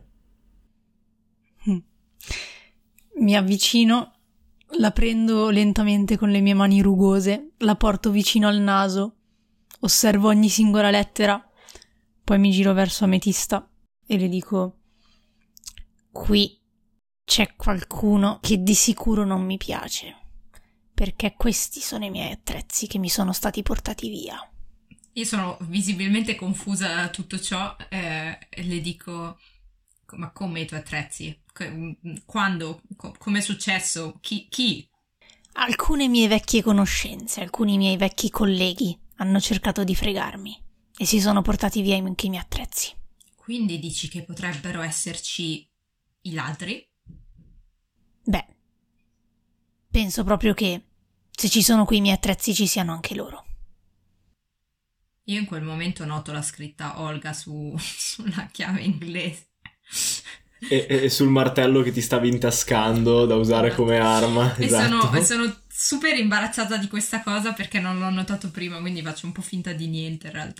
Mi avvicino, la prendo lentamente con le mie mani rugose, la porto vicino al naso, osservo ogni singola lettera, poi mi giro verso Ametista e le dico: qui c'è qualcuno che di sicuro non mi piace, perché questi sono i miei attrezzi che mi sono stati portati via. Io sono visibilmente confusa da tutto ciò eh, e le dico: ma come i tuoi attrezzi? Quando? Co- com'è successo? Chi? Chi? Alcune mie vecchie conoscenze, alcuni miei vecchi colleghi hanno cercato di fregarmi e si sono portati via anche i miei attrezzi. Quindi dici che potrebbero esserci i ladri? Beh, penso proprio che se ci sono quei miei attrezzi ci siano anche loro. Io in quel momento noto la scritta Olga su, sulla chiave inglese. E, e sul martello che ti stavi intascando da usare come arma. E Esatto. sono, e sono super imbarazzata di questa cosa perché non l'ho notato prima, quindi faccio un po' finta di niente in realtà.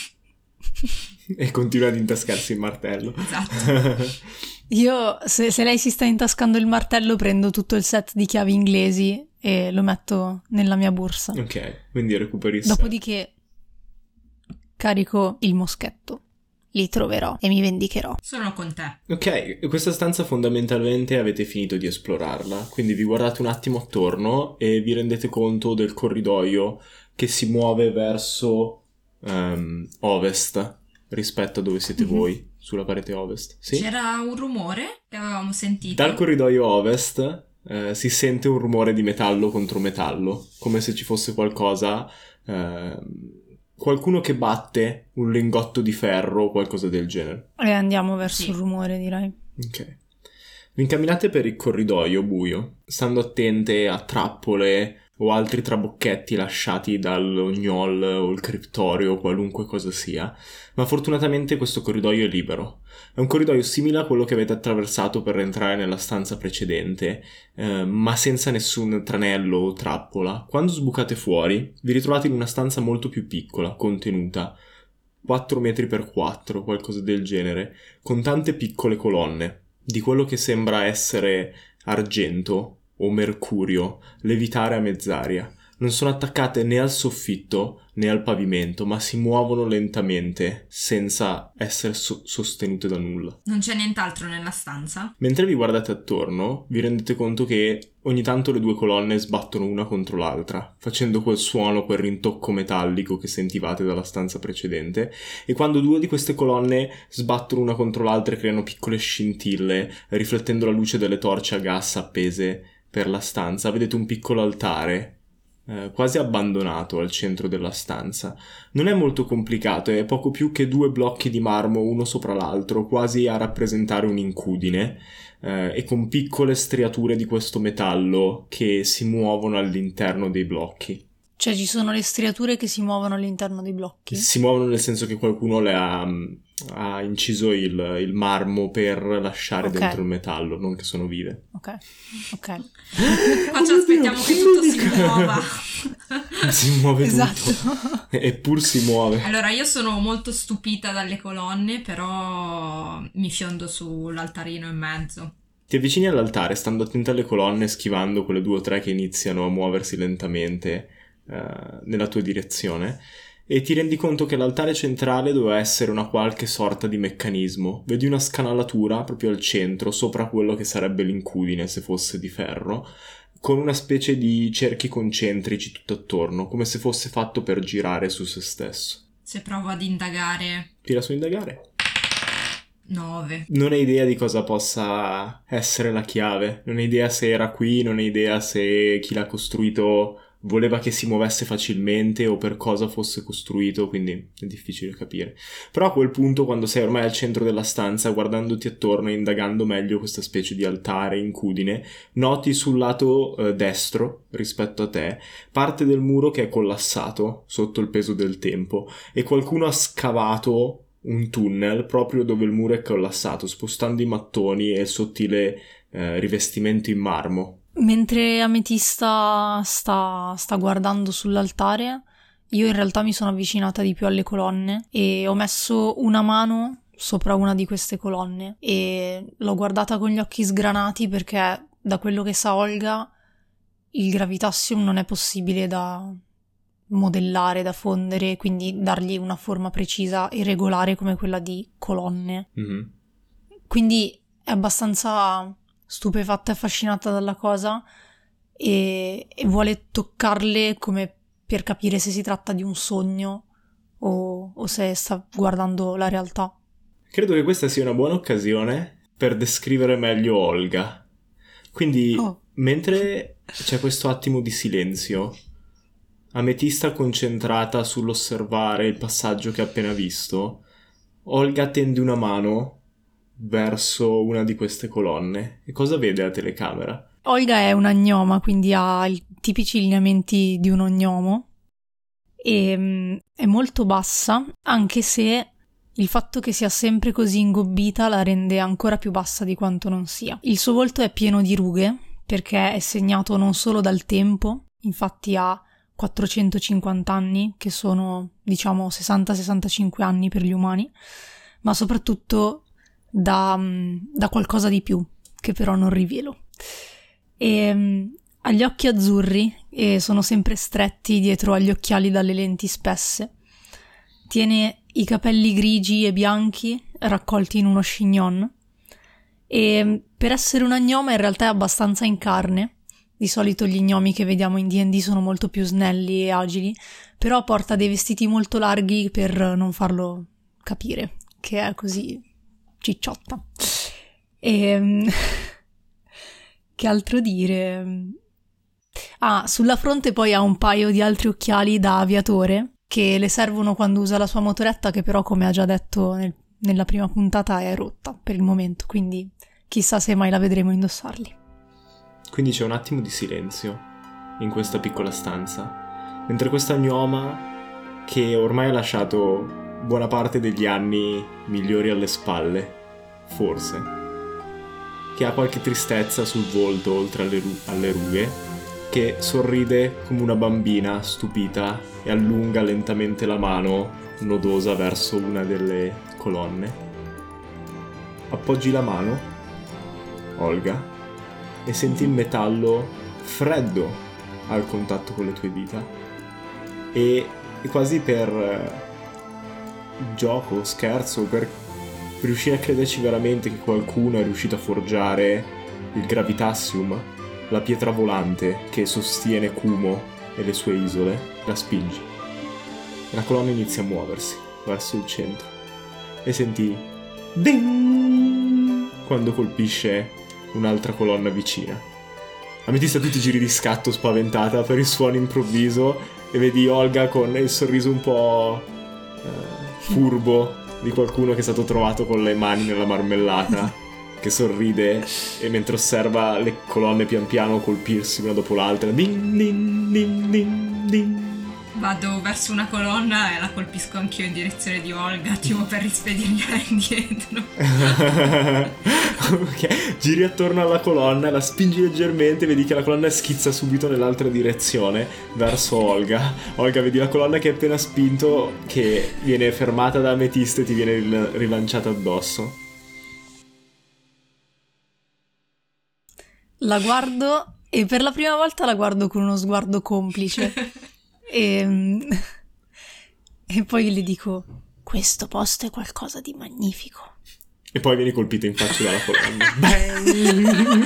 E continua ad intascarsi il martello. Esatto. Io, se, se lei si sta intascando il martello, prendo tutto il set di chiavi inglesi e lo metto nella mia borsa. Ok, quindi recuperi il set. Dopodiché carico il moschetto, li troverò e mi vendicherò. Sono con te. Ok, questa stanza fondamentalmente avete finito di esplorarla, quindi vi guardate un attimo attorno e vi rendete conto del corridoio che si muove verso um, ovest rispetto a dove siete mm-hmm. voi, sulla parete ovest. Sì? C'era un rumore che avevamo sentito. Dal corridoio ovest eh, si sente un rumore di metallo contro metallo, come se ci fosse qualcosa... Eh, qualcuno che batte un lingotto di ferro o qualcosa del genere. E andiamo verso sì. il rumore, direi. Ok. Vi incamminate per il corridoio buio, stando attente a trappole o altri trabocchetti lasciati dallo gnoll o il criptorio o qualunque cosa sia, ma fortunatamente questo corridoio è libero. È un corridoio simile a quello che avete attraversato per entrare nella stanza precedente, eh, ma senza nessun tranello o trappola. Quando sbucate fuori, vi ritrovate in una stanza molto più piccola, contenuta, quattro metri per quattro, qualcosa del genere, con tante piccole colonne, di quello che sembra essere argento o mercurio, levitare a mezz'aria. Non sono attaccate né al soffitto né al pavimento, ma si muovono lentamente, senza essere so- sostenute da nulla. Non c'è nient'altro nella stanza? Mentre vi guardate attorno, vi rendete conto che ogni tanto le due colonne sbattono una contro l'altra, facendo quel suono, quel rintocco metallico che sentivate dalla stanza precedente, e quando due di queste colonne sbattono una contro l'altra e creano piccole scintille, riflettendo la luce delle torce a gas appese per la stanza, vedete un piccolo altare eh, quasi abbandonato al centro della stanza. Non è molto complicato, è poco più che due blocchi di marmo uno sopra l'altro, quasi a rappresentare un'incudine, eh, e con piccole striature di questo metallo che si muovono all'interno dei blocchi. Cioè ci sono le striature che si muovono all'interno dei blocchi? Si muovono nel senso che qualcuno le ha, ha inciso il, il marmo per lasciare okay. dentro il metallo, non che sono vive. Ok, ok. Qua ci aspettiamo che tutto si muova. Si muove esatto. tutto. Eppur si muove. Allora, io sono molto stupita dalle colonne, però mi fiondo sull'altarino in mezzo. Ti avvicini all'altare, stando attento alle colonne, schivando quelle due o tre che iniziano a muoversi lentamente Uh, nella tua direzione, e ti rendi conto che l'altare centrale doveva essere una qualche sorta di meccanismo. Vedi una scanalatura proprio al centro, sopra quello che sarebbe l'incudine se fosse di ferro, con una specie di cerchi concentrici tutto attorno, come se fosse fatto per girare su se stesso. Se provo ad indagare... Tira su indagare. nove. Non hai idea di cosa possa essere la chiave, non hai idea se era qui, non hai idea se chi l'ha costruito voleva che si muovesse facilmente o per cosa fosse costruito, quindi è difficile capire. Però a quel punto, quando sei ormai al centro della stanza, guardandoti attorno e indagando meglio questa specie di altare incudine, noti sul lato eh, destro, rispetto a te, parte del muro che è collassato sotto il peso del tempo, e qualcuno ha scavato un tunnel proprio dove il muro è collassato, spostando i mattoni e il sottile eh, rivestimento in marmo. Mentre Ametista sta, sta guardando sull'altare, io in realtà mi sono avvicinata di più alle colonne e ho messo una mano sopra una di queste colonne e l'ho guardata con gli occhi sgranati, perché da quello che sa Olga il Gravitassium non è possibile da modellare, da fondere, quindi dargli una forma precisa e regolare come quella di colonne. Mm-hmm. Quindi è abbastanza stupefatta e affascinata dalla cosa e, e vuole toccarle come per capire se si tratta di un sogno o, o se sta guardando la realtà. Credo che questa sia una buona occasione per descrivere meglio Olga. Quindi, oh. mentre c'è questo attimo di silenzio, Ametista concentrata sull'osservare il passaggio che ha appena visto, Olga tende una mano verso una di queste colonne. E cosa vede la telecamera? Olga è una gnoma, quindi ha i tipici lineamenti di uno gnomo e um, è molto bassa, anche se il fatto che sia sempre così ingobbita la rende ancora più bassa di quanto non sia. Il suo volto è pieno di rughe, perché è segnato non solo dal tempo, infatti ha quattrocentocinquanta anni, che sono diciamo sessanta sessantacinque anni per gli umani, ma soprattutto da, da qualcosa di più, che però non rivelo. E um, ha gli occhi azzurri e sono sempre stretti dietro agli occhiali dalle lenti spesse. Tiene i capelli grigi e bianchi raccolti in uno chignon, e per essere una gnoma in realtà è abbastanza in carne. Di solito gli gnomi che vediamo in D and D sono molto più snelli e agili, però porta dei vestiti molto larghi per non farlo capire che è così cicciotta. E che altro dire? Ah, sulla fronte poi ha un paio di altri occhiali da aviatore che le servono quando usa la sua motoretta, che però, come ha già detto nel, nella prima puntata, è rotta per il momento, quindi chissà se mai la vedremo indossarli. Quindi c'è un attimo di silenzio in questa piccola stanza, mentre questa gnoma, che ormai ha lasciato buona parte degli anni migliori alle spalle, forse, che ha qualche tristezza sul volto oltre alle, ru- alle rughe, che sorride come una bambina stupita e allunga lentamente la mano nodosa verso una delle colonne. Appoggi la mano, Olga, e senti il metallo freddo al contatto con le tue dita, e, e quasi per eh, gioco, scherzo, per riuscire a crederci veramente che qualcuno è riuscito a forgiare il Gravitassium, la pietra volante che sostiene Kumo e le sue isole, la spingi. E la colonna inizia a muoversi verso il centro e senti ding quando colpisce un'altra colonna vicina. Ametista, tu ti giri di scatto spaventata per il suono improvviso e vedi Olga con il sorriso un po' eh, furbo di qualcuno che è stato trovato con le mani nella marmellata, che sorride e mentre osserva le colonne pian piano colpirsi una dopo l'altra. Ding ding ding ding ding. Vado verso una colonna e la colpisco anch'io in direzione di Olga, tipo per rispedirgliela indietro. Ok, giri attorno alla colonna, la spingi leggermente, vedi che la colonna schizza subito nell'altra direzione, verso Olga. Olga, vedi la colonna che hai appena spinto, che viene fermata da Ametista e ti viene ril- rilanciata addosso. La guardo e per la prima volta la guardo con uno sguardo complice. E, e poi le dico: questo posto è qualcosa di magnifico. E poi vieni colpita in faccia dalla colonna.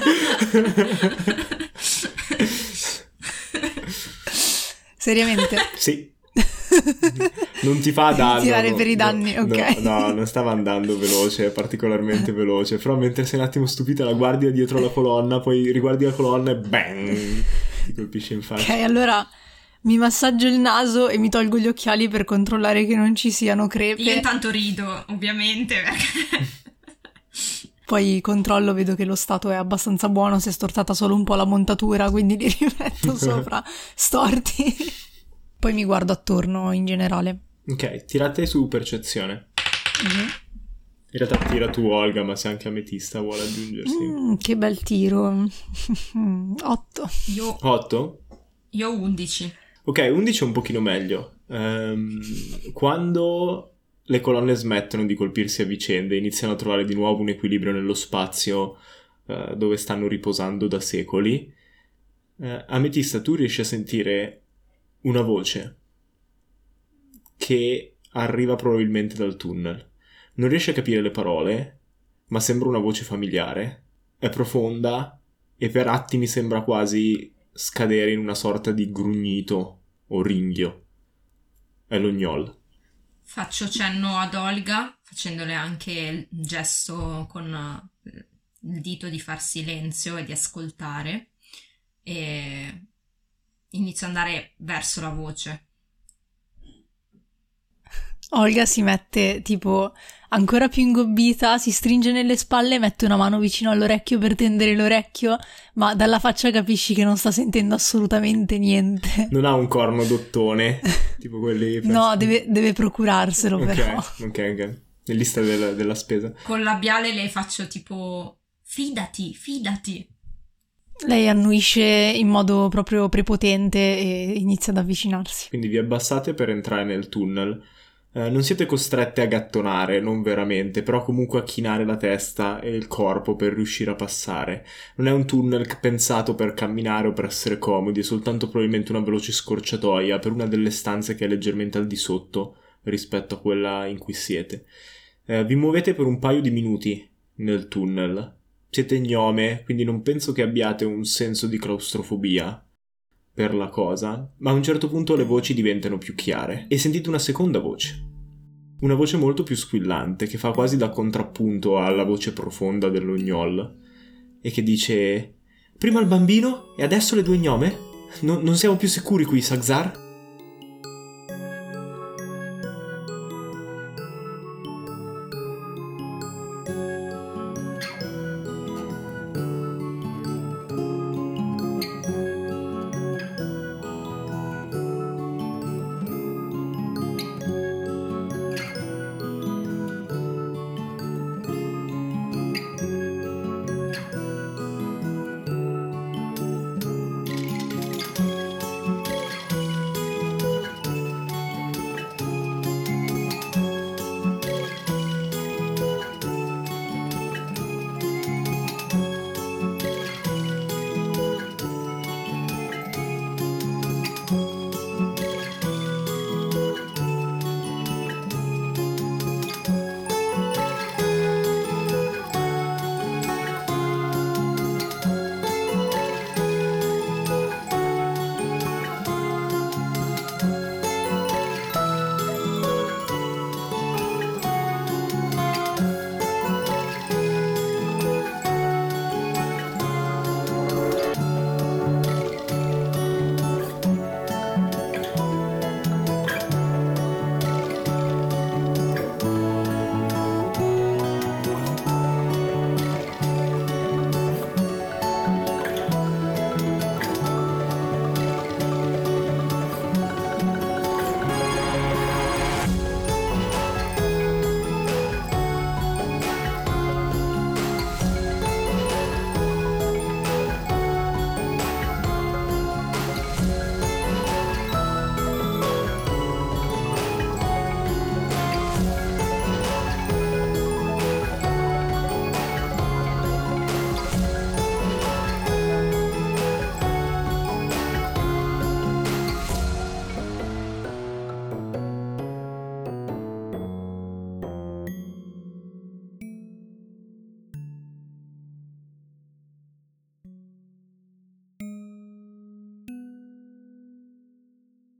Seriamente? Sì. Non ti fa danno. Tirare no, per i danni, no, ok. No, no, non stava andando veloce, particolarmente veloce. Però mentre sei un attimo stupita la guardi da dietro la colonna, poi riguardi la colonna e bang! Ti colpisce in faccia. Ok, allora mi massaggio il naso e mi tolgo gli occhiali per controllare che non ci siano crepe. Io intanto rido, ovviamente, perché... Poi controllo, vedo che lo stato è abbastanza buono, si è stortata solo un po' la montatura, quindi li rimetto sopra storti. Poi mi guardo attorno in generale. Ok, tirate su percezione. Mm. In realtà tira tu, Olga, ma se anche Ametista vuole aggiungersi. Mm, che bel tiro. Otto. Io, otto? io ho undici. Ok, undici è un pochino meglio. Ehm, quando le colonne smettono di colpirsi a vicenda e iniziano a trovare di nuovo un equilibrio nello spazio eh, dove stanno riposando da secoli, eh, Ametista, tu riesci a sentire una voce che arriva probabilmente dal tunnel. Non riesci a capire le parole, ma sembra una voce familiare. È profonda e per attimi sembra quasi scadere in una sorta di grugnito o ringhio. È lo gnoll. Faccio cenno ad Olga, facendole anche il gesto con il dito di far silenzio e di ascoltare, e inizio ad andare verso la voce. Olga si mette tipo ancora più ingobbita, si stringe nelle spalle e mette una mano vicino all'orecchio per tendere l'orecchio, ma dalla faccia capisci che non sta sentendo assolutamente niente. Non ha un corno d'ottone, tipo quelli... No, deve, deve procurarselo Ok, però. ok, ok. In lista della, della spesa. Col labiale le faccio tipo fidati, fidati. Lei annuisce in modo proprio prepotente e inizia ad avvicinarsi. Quindi vi abbassate per entrare nel tunnel. Eh, non siete costrette a gattonare, non veramente, però comunque a chinare la testa e il corpo per riuscire a passare. Non è un tunnel pensato per camminare o per essere comodi, è soltanto probabilmente una veloce scorciatoia per una delle stanze che è leggermente al di sotto rispetto a quella in cui siete. Eh, vi muovete per un paio di minuti nel tunnel. Siete gnome, quindi non penso che abbiate un senso di claustrofobia per la cosa, ma a un certo punto le voci diventano più chiare e sentite una seconda voce. Una voce molto più squillante, che fa quasi da contrappunto alla voce profonda dell'ognol, e che dice: prima il bambino e adesso le due gnome? No, non siamo più sicuri qui, Saxar?